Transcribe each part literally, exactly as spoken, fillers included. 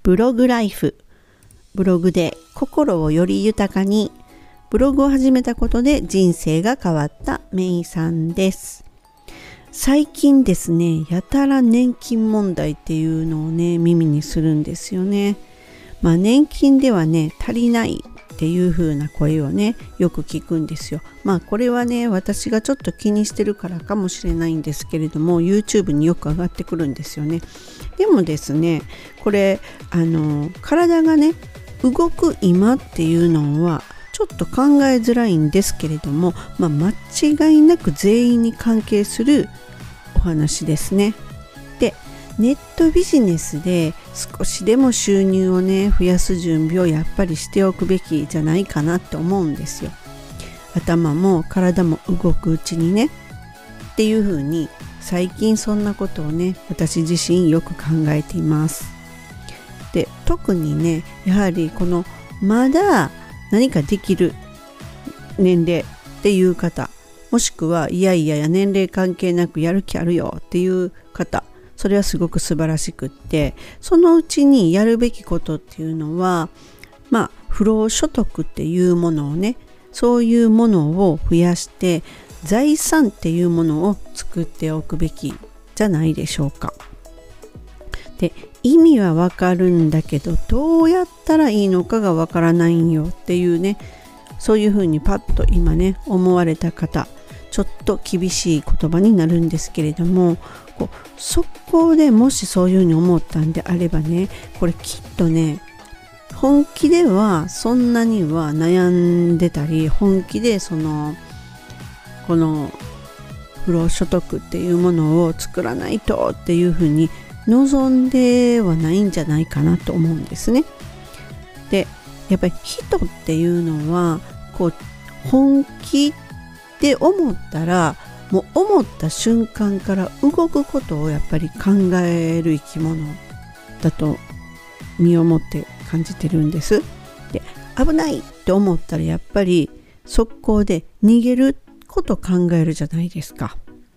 ブログライフ。ブログで心をより豊かに。ブログを始めたことで人生が変わったメイさんです。最近ですね、やたら年金問題っていうのをね、耳にするんですよね。まあ年金ではね、足りないっていう風な声をね、よく聞くんですよ。まあこれはね、私がちょっと気にしてるからかもしれないんですけれども、 YouTube によく上がってくるんですよね。でもですね、これあの体がね動く今っていうのはちょっと考えづらいんですけれども、まあ、間違いなく全員に関係するお話ですね。で、ネットビジネスで少しでも収入をね増やす準備をやっぱりしておくべきじゃないかなって思うんですよ。頭も体も動くうちにねっていう風に、最近そんなことをね私自身よく考えています。で、特にねやはりこのまだ何かできる年齢っていう方、もしくはいやいやや年齢関係なくやる気あるよっていう方、それはすごく素晴らしくって、そのうちにやるべきことっていうのは、まあ不労所得っていうものをね、そういうものを増やして財産っていうものを作っておくべきじゃないでしょうか。で、意味はわかるんだけどどうやったらいいのかがわからないんよっていうね、そういうふうにパッと今ね思われた方、ちょっと厳しい言葉になるんですけれども、こう速攻でもしそういうふうに思ったんであればね、これきっとね本気ではそんなには悩んでたり、本気でそのこの不労所得っていうものを作らないとっていうふうに望んではないんじゃないかなと思うんですね。で、やっぱり人っていうのはこう本気って思ったらもう思った瞬間から動くことをやっぱり考える生き物だと身をもって感じてるんです。で、危ないって思ったらやっぱり速攻で逃げることを考えるじゃないですか。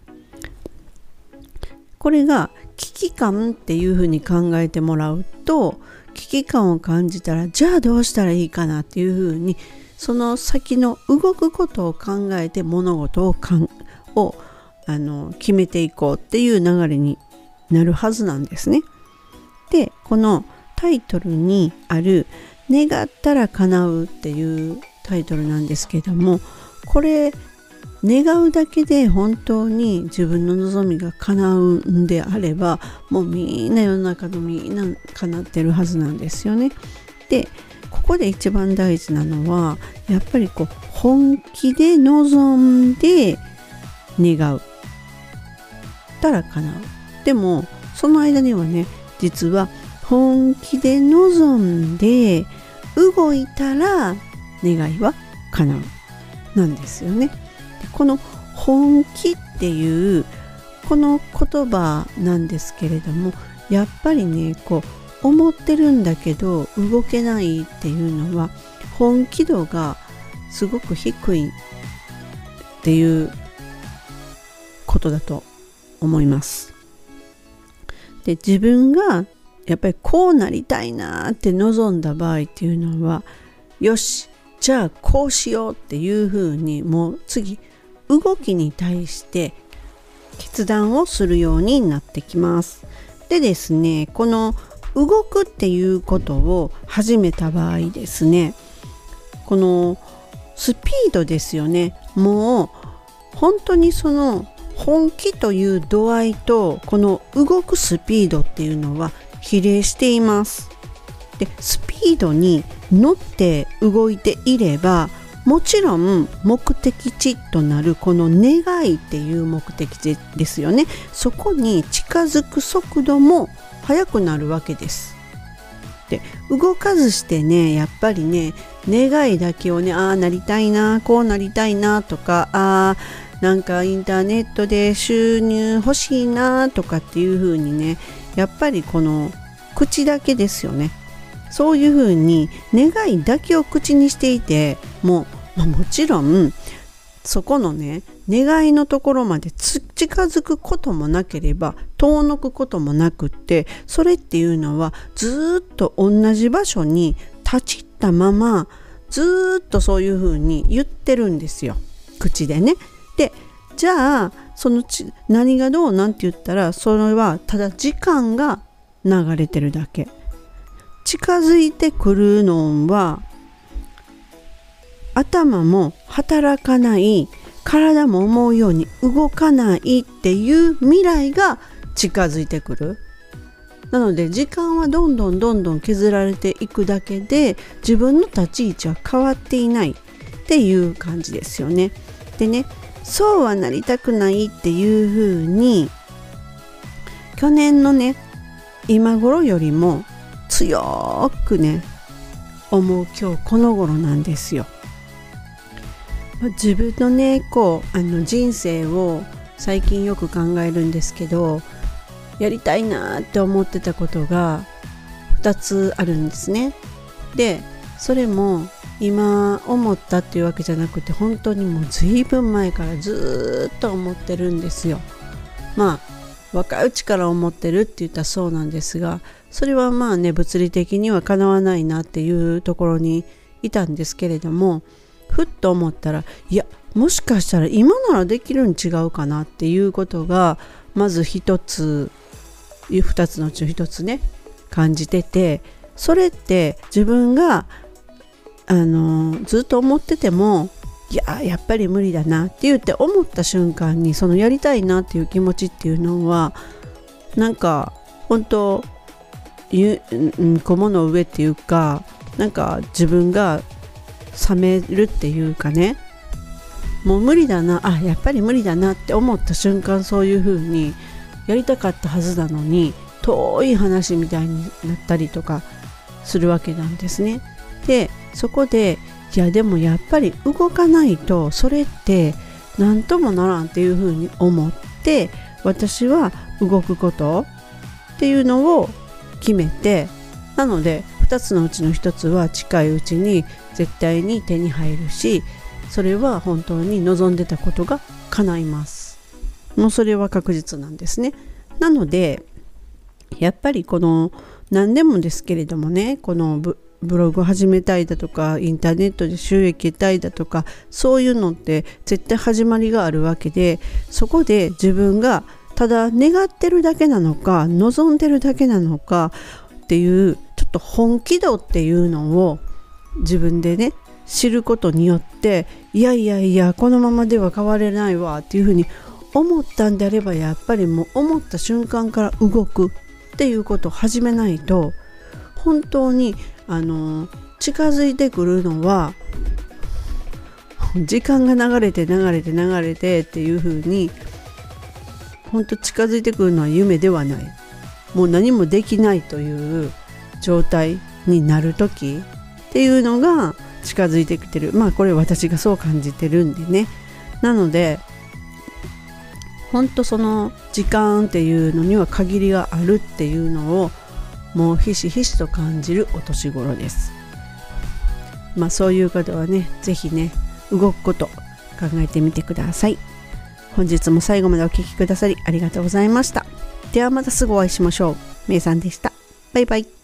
これが危機感っていうふうに考えてもらうと、危機感を感じたらじゃあどうしたらいいかなっていうふうに、その先の動くことを考えて物事をかんをあの決めていこうっていう流れになるはずなんですね。で、このタイトルにある願ったら叶うっていうタイトルなんですけども、これ願うだけで本当に自分の望みが叶うんであれば、もうみんな世の中のみんな叶ってるはずなんですよね。で、ここで一番大事なのはやっぱりこう本気で望んで願うたら叶う。でもその間にはね、実は本気で望んで動いたら願いは叶うなんですよね。この本気っていうこの言葉なんですけれども、やっぱりねこう思ってるんだけど動けないっていうのは本気度がすごく低いっていうことだと思います。で、自分がやっぱりこうなりたいなって望んだ場合っていうのは、よしじゃあこうしようっていうふうに、もう次動きに対して決断をするようになってきます。でですね、この動くっていうことを始めた場合ですね、このスピードですよね。もう本当にその本気という度合いとこの動くスピードっていうのは比例しています。で、スピードに乗って動いていれば、もちろん目的地となるこの願いっていう目的地ですよね。そこに近づく速度も速くなるわけです。で、動かずしてね、やっぱりね、願いだけをね、ああなりたいな、こうなりたいなとか、ああなんかインターネットで収入欲しいなとかっていう風にね、やっぱりこの口だけですよね。そういう風に願いだけを口にしていても、まあ、もちろんそこのね願いのところまで近づくこともなければ遠のくこともなくって、それっていうのはずっと同じ場所に立ちったままずっとそういうふうに言ってるんですよ、口でね。でじゃあそのち何がどうなんて言ったら、それはただ時間が流れてるだけ。近づいてくるのは頭も働かない、体も思うように動かないっていう未来が近づいてくる。なので時間はどんどんどんどん削られていくだけで、自分の立ち位置は変わっていないっていう感じですよね。でね、そうはなりたくないっていう風に去年のね今頃よりも強くね思う今日この頃なんですよ。自分のねこうあの人生を最近よく考えるんですけど、やりたいなって思ってたことがふたつあるんですね。でそれも今思ったっていうわけじゃなくて、本当にもうずいぶん前からずっと思ってるんですよ。まあ若いうちから思ってるって言ったらそうなんですが、それはまあね物理的にはかなわないなっていうところにいたんですけれども、ふっと思ったら、いやもしかしたら今ならできるに違うかなっていうことがまず一つ、二つのうちの一つね感じてて、それって自分があのずっと思ってても、いややっぱり無理だなって言って思った瞬間に、そのやりたいなっていう気持ちっていうのはなんか本当ゆ、うん、雲の上っていうか、なんか自分が冷めるっていうかね、もう無理だな、あやっぱり無理だなって思った瞬間、そういう風にやりたかったはずなのに遠い話みたいになったりとかするわけなんですね。でそこでいやでもやっぱり動かないとそれって何ともならんっていう風に思って、私は動くことっていうのを決めて、なのでふたつのうちのひとつは近いうちに絶対に手に入るし、それは本当に望んでたことが叶います。もうそれは確実なんですね。なのでやっぱりこの何でもですけれどもね、このブブログを始めたいだとか、インターネットで収益得たいだとか、そういうのって絶対始まりがあるわけで、そこで自分がただ願ってるだけなのか望んでるだけなのかっていう、ちょっと本気度っていうのを自分でね知ることによって、いやいやいやこのままでは変われないわっていうふうに思ったんであれば、やっぱりもう思った瞬間から動くっていうことを始めないと、本当にあの近づいてくるのは時間が流れて流れて流れてっていう風に、本当近づいてくるのは夢ではない、もう何もできないという状態になる時っていうのが近づいてきてる。まあこれ私がそう感じてるんでね。なので本当その時間っていうのには限りがあるっていうのをもうひしひしと感じるお年頃です。まあそういう方はね、ぜひね動くこと考えてみてください。本日も最後までお聞きくださりありがとうございました。ではまたすぐお会いしましょう。めいさんでした。バイバイ。